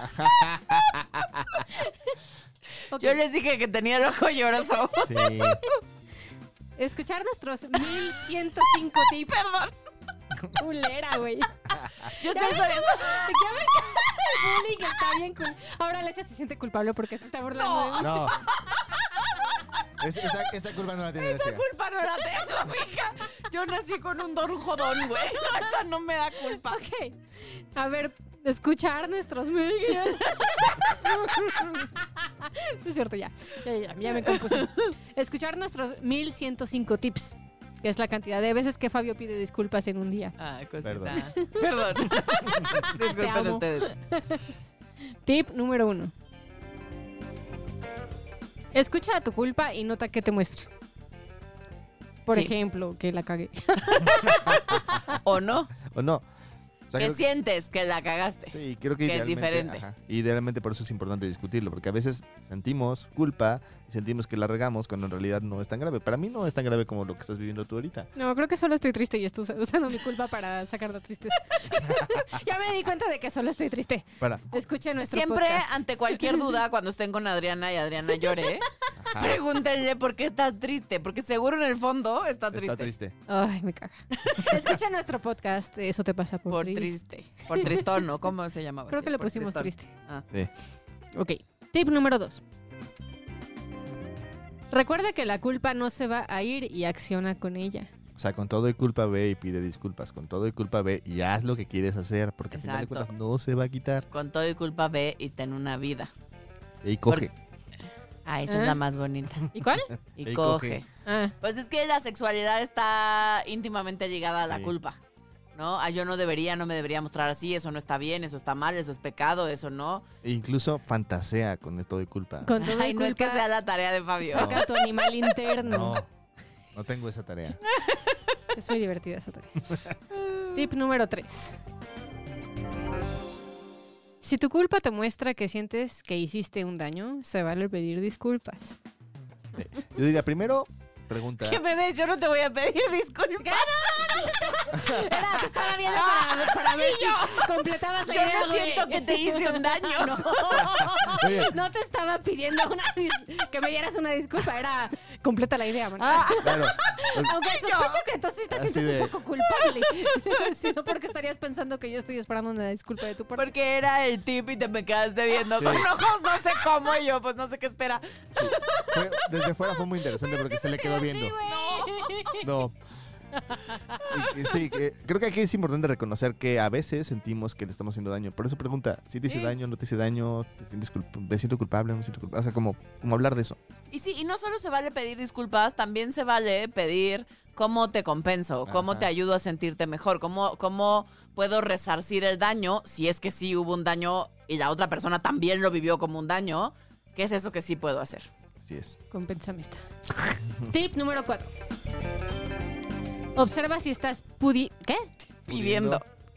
Speaker 3: Ok.
Speaker 2: Yo les dije que tenía el ojo lloroso.
Speaker 4: Sí.
Speaker 3: Escuchar nuestros 1105 tips.
Speaker 2: Perdón.
Speaker 3: Culera, güey.
Speaker 2: Yo sé
Speaker 3: Ya
Speaker 2: eso.
Speaker 3: Ya me encanta el bullying, está bien cool. Ahora Alesia se siente culpable porque se está burlando de mí.
Speaker 4: No. Esa culpa no la tiene
Speaker 2: Esa
Speaker 4: Alesia.
Speaker 2: culpa no la tengo, mija. Yo nací con un don jodón, güey. No, esa no me da culpa.
Speaker 3: Ok. A ver, escuchar nuestros medios. Es cierto, ya me compuse. Escuchar nuestros 1105 tips, que es la cantidad de veces que Fabio pide disculpas en un día.
Speaker 2: Ah, cosita.
Speaker 4: Perdón.
Speaker 2: Perdón.
Speaker 3: Te
Speaker 2: Disculpen
Speaker 3: amo.
Speaker 2: ustedes.
Speaker 3: Tip número 1. Escucha a tu culpa y nota qué te muestra. Por
Speaker 2: Sí.
Speaker 3: ejemplo, que la cagué.
Speaker 2: ¿O no?
Speaker 4: ¿O no? O sea,
Speaker 2: ¿Qué
Speaker 4: creo-
Speaker 2: sientes que la cagaste?
Speaker 4: Sí, creo que
Speaker 2: Que es
Speaker 4: idealmente,
Speaker 2: diferente.
Speaker 4: ajá, idealmente por eso es importante discutirlo, porque a veces sentimos culpa y sentimos que la regamos cuando en realidad no es tan grave. Para mí no es tan grave como lo que estás viviendo tú ahorita.
Speaker 3: No, creo que solo estoy triste y estoy usando mi culpa para sacar la tristeza. Ya me di cuenta de que solo estoy triste.
Speaker 4: Para.
Speaker 3: Escucha nuestro
Speaker 2: Siempre,
Speaker 3: podcast.
Speaker 2: ante cualquier duda, cuando estén con Adriana y Adriana llore,
Speaker 4: Ajá,
Speaker 2: pregúntenle por qué estás triste. Porque seguro en el fondo está triste.
Speaker 4: está triste.
Speaker 3: Ay, me caga. Escucha nuestro podcast. Eso te pasa por,
Speaker 2: Por
Speaker 3: triste.
Speaker 2: triste. Por tristón, ¿no? ¿Cómo se llamaba?
Speaker 3: Creo
Speaker 2: Sí,
Speaker 3: que le
Speaker 2: por
Speaker 3: pusimos
Speaker 2: tristón.
Speaker 3: triste.
Speaker 2: Ah.
Speaker 4: Sí.
Speaker 3: Ok. Tip número 2. Recuerda que la culpa no se va a ir y acciona con ella.
Speaker 4: O sea, con todo y culpa ve y pide disculpas. Con todo y culpa ve y haz lo que quieres hacer, porque al final de
Speaker 2: Exacto.
Speaker 4: cuentas no se va a quitar.
Speaker 2: Con todo y culpa ve y ten una vida.
Speaker 4: Y coge.
Speaker 2: Ah, esa
Speaker 3: ¿Ah?
Speaker 2: es la más bonita.
Speaker 3: ¿Y cuál?
Speaker 2: Y
Speaker 4: Y
Speaker 2: coge.
Speaker 4: coge.
Speaker 3: Ah,
Speaker 2: Pues es que la sexualidad está íntimamente ligada a la
Speaker 4: Sí.
Speaker 2: culpa, ¿no? Ah, yo no me debería mostrar así, eso no está bien, eso está mal, eso es pecado, eso no.
Speaker 4: E incluso fantasea con todo y culpa.
Speaker 3: con todo y
Speaker 2: Ay, no es que
Speaker 3: culpa,
Speaker 2: sea la tarea de Fabio.
Speaker 3: saca tu animal interno.
Speaker 4: No, no tengo esa tarea.
Speaker 3: Es muy divertida esa tarea. Tip número 3. Si tu culpa te muestra que sientes que hiciste un daño, se vale pedir disculpas.
Speaker 4: Yo diría, primero, pregunta.
Speaker 2: ¿Qué me ves? Yo no te voy a pedir disculpas.
Speaker 3: Era, te estaba viendo para ver si completabas la
Speaker 2: Yo
Speaker 3: idea,
Speaker 2: no
Speaker 3: güey.
Speaker 2: siento que te hice un daño.
Speaker 4: Oye,
Speaker 3: No te estaba pidiendo que me dieras una disculpa, era completa la idea, man.
Speaker 4: claro.
Speaker 3: Aunque sospecho que entonces te
Speaker 4: Así
Speaker 3: sientes
Speaker 4: de-
Speaker 3: un poco culpable. Si no, porque estarías pensando que yo estoy esperando una disculpa de tu parte.
Speaker 2: Porque era el tip y te me quedaste viendo
Speaker 4: Sí.
Speaker 2: con ojos, no sé cómo, y yo pues no sé qué espera.
Speaker 4: Desde fuera fue muy interesante porque se le quedó viendo. No. Sí, creo que aquí es importante reconocer que a veces sentimos que le estamos haciendo daño. Por eso pregunta, si te hice
Speaker 2: Sí.
Speaker 4: daño, no te hice daño, me siento culpable, no me siento culpable. O sea, como hablar de eso.
Speaker 2: Y sí, y no solo se vale pedir disculpas, también se vale pedir cómo te compenso, cómo
Speaker 4: Ajá.
Speaker 2: te ayudo a sentirte mejor, cómo puedo resarcir el daño, si es que sí hubo un daño y la otra persona también lo vivió como un daño, ¿qué es eso que sí puedo hacer?
Speaker 4: Así es.
Speaker 3: Compénsame esta. Tip número 4. Observa si estás ¿qué?
Speaker 2: Pidiendo.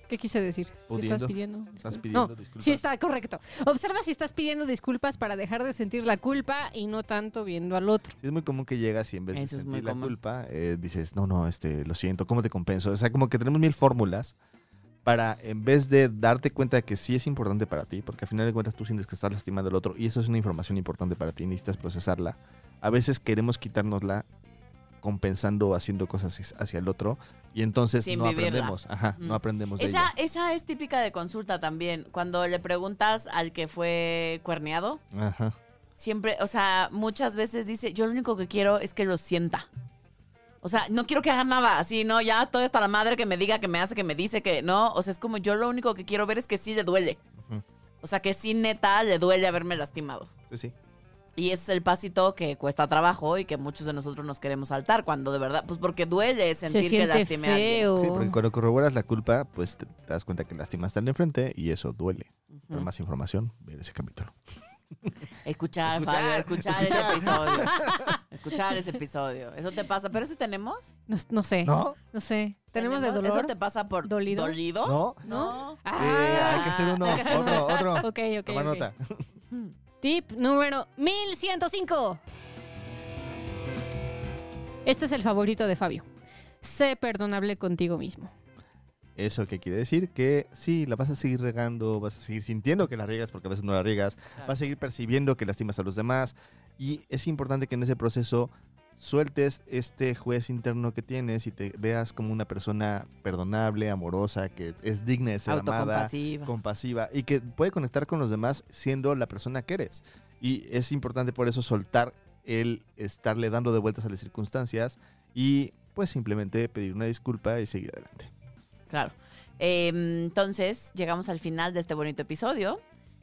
Speaker 3: ¿Qué quise decir?
Speaker 4: Pudiendo.
Speaker 3: Si estás pidiendo.
Speaker 4: Estás pidiendo
Speaker 3: No,
Speaker 4: disculpas.
Speaker 3: sí está correcto. Observa si estás pidiendo disculpas para dejar de sentir la culpa y no tanto viendo al otro.
Speaker 4: Sí, es muy común que llegas y en vez
Speaker 2: Eso
Speaker 4: de
Speaker 2: es muy
Speaker 4: sentir la
Speaker 2: común.
Speaker 4: culpa, dices, no, lo siento, ¿cómo te compenso? O sea, como que tenemos 1000 fórmulas para, en vez de darte cuenta de que sí es importante para ti, porque al final de cuentas tú sientes que estás lastimando al otro y eso es una información importante para ti, necesitas procesarla. A veces queremos quitárnosla compensando, haciendo cosas hacia el otro y entonces
Speaker 2: Sin
Speaker 4: no
Speaker 2: vivirla.
Speaker 4: aprendemos. Ajá,
Speaker 2: Mm.
Speaker 4: no aprendemos de ella.
Speaker 2: Esa es típica de consulta también. Cuando le preguntas al que fue cuerneado,
Speaker 4: Ajá.
Speaker 2: siempre, o sea, muchas veces dice, yo lo único que quiero es que lo sienta. O sea, no quiero que haga nada, así, ¿no? Ya estoy hasta la madre que me diga, que me hace, que me dice, que no. O sea, es como yo lo único que quiero ver es que sí le duele.
Speaker 4: Ujú.
Speaker 2: O sea, que sí neta le duele haberme lastimado.
Speaker 4: Sí, sí.
Speaker 2: Y ese es el pasito que cuesta trabajo y que muchos de nosotros nos queremos saltar cuando de verdad, pues porque duele
Speaker 3: Se
Speaker 2: sentir que
Speaker 3: siente
Speaker 2: lastimé a alguien.
Speaker 3: feo.
Speaker 4: Sí, porque cuando corroboras la culpa, pues te das cuenta que lastimaste al de enfrente y eso duele. Para
Speaker 2: Ujú.
Speaker 4: más información, ver ese capítulo.
Speaker 2: Escuchar, Fabio, escuchar ese episodio. Escuchar ese episodio. Eso te pasa, pero eso tenemos.
Speaker 3: No sé.
Speaker 4: ¿No?
Speaker 3: No sé. ¿Tenemos de dolor?
Speaker 2: Eso te pasa por
Speaker 3: ¿Dolido?
Speaker 2: ¿Dolido?
Speaker 4: ¿No?
Speaker 2: No.
Speaker 3: Ah,
Speaker 4: Sí, hay que hacer uno.
Speaker 3: hay que hacer uno.
Speaker 4: Otro.
Speaker 3: Ok, ok.
Speaker 4: Toma
Speaker 3: ok.
Speaker 4: nota.
Speaker 3: Tip número 1105. Este es el favorito de Fabio. Sé perdonable contigo mismo.
Speaker 4: ¿Eso qué quiere decir? Que sí, la vas a seguir regando, vas a seguir sintiendo que la riegas porque a veces no la riegas,
Speaker 2: Claro.
Speaker 4: vas a seguir percibiendo que lastimas a los demás y es importante que en ese proceso sueltes este juez interno que tienes y te veas como una persona perdonable, amorosa, que es digna de ser amada,
Speaker 2: Autocompasiva.
Speaker 4: compasiva y que puede conectar con los demás siendo la persona que eres. Y es importante por eso soltar el estarle dando de vueltas a las circunstancias y pues simplemente pedir una disculpa y seguir adelante.
Speaker 2: Claro. Entonces, llegamos al final de este bonito episodio.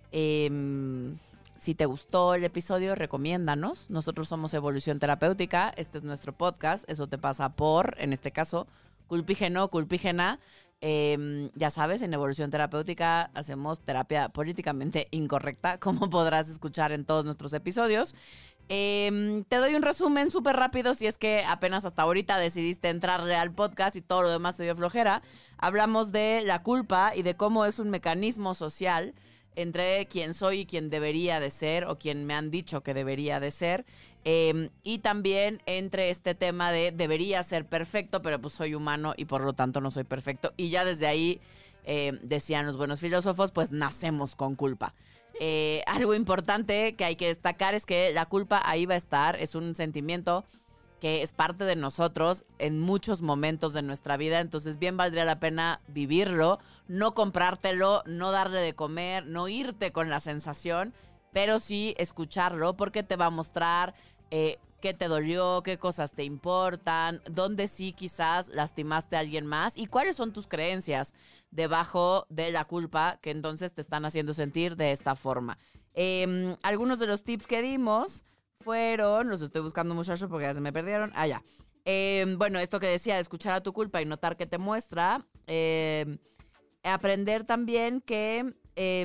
Speaker 2: Si te gustó el episodio, recomiéndanos. Nosotros somos Evolución Terapéutica. Este es nuestro podcast. Eso te pasa por, en este caso, culpígeno, culpígena. Ya sabes, en Evolución Terapéutica hacemos terapia políticamente incorrecta, como podrás escuchar en todos nuestros episodios. Te doy un resumen súper rápido si es que apenas hasta ahorita decidiste entrarle al podcast y todo lo demás te dio flojera. Hablamos de la culpa y de cómo es un mecanismo social entre quien soy y quien debería de ser o quien me han dicho que debería de ser. Y también entre este tema de debería ser perfecto, pero pues soy humano y por lo tanto no soy perfecto. Y ya desde ahí, decían los buenos filósofos, pues nacemos con culpa. Algo importante que hay que destacar es que la culpa ahí va a estar, es un sentimiento que es parte de nosotros en muchos momentos de nuestra vida, entonces bien valdría la pena vivirlo, no comprártelo, no darle de comer, no irte con la sensación, pero sí escucharlo porque te va a mostrar qué te dolió, qué cosas te importan, dónde sí quizás lastimaste a alguien más y cuáles son tus creencias debajo de la culpa que entonces te están haciendo sentir de esta forma. Algunos de los tips que dimos fueron, los estoy buscando muchachos porque ya se me perdieron, ya. Bueno, esto que decía de escuchar a tu culpa y notar qué te muestra, aprender también que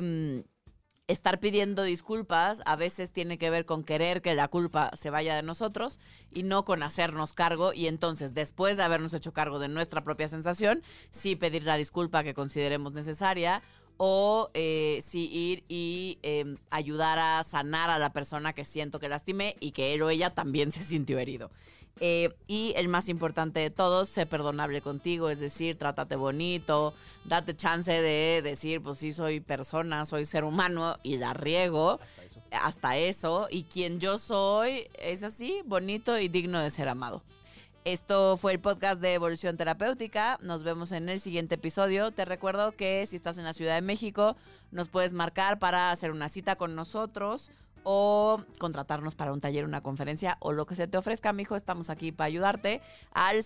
Speaker 2: estar pidiendo disculpas a veces tiene que ver con querer que la culpa se vaya de nosotros y no con hacernos cargo y entonces después de habernos hecho cargo de nuestra propia sensación, sí pedir la disculpa que consideremos necesaria o sí ir y ayudar a sanar a la persona que siento que lastimé y que él o ella también se sintió herido. Y el más importante de todos, sé perdonable contigo, es decir, trátate bonito, date chance de decir, pues sí, soy persona, soy ser humano y la riego, hasta eso, y quien yo soy es así, bonito y digno de ser amado. Esto fue el podcast de Evolución Terapéutica. Nos vemos en el siguiente episodio. Te recuerdo que si estás en la Ciudad de México, nos puedes marcar para hacer una cita con nosotros o contratarnos para un taller, una conferencia o lo que se te ofrezca, mijo. Estamos aquí para ayudarte al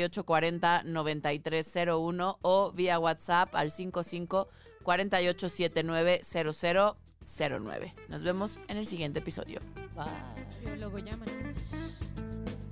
Speaker 2: 6840-9301 o vía WhatsApp al 5548790009. Nos vemos en el siguiente episodio. Bye.
Speaker 3: Luego llaman.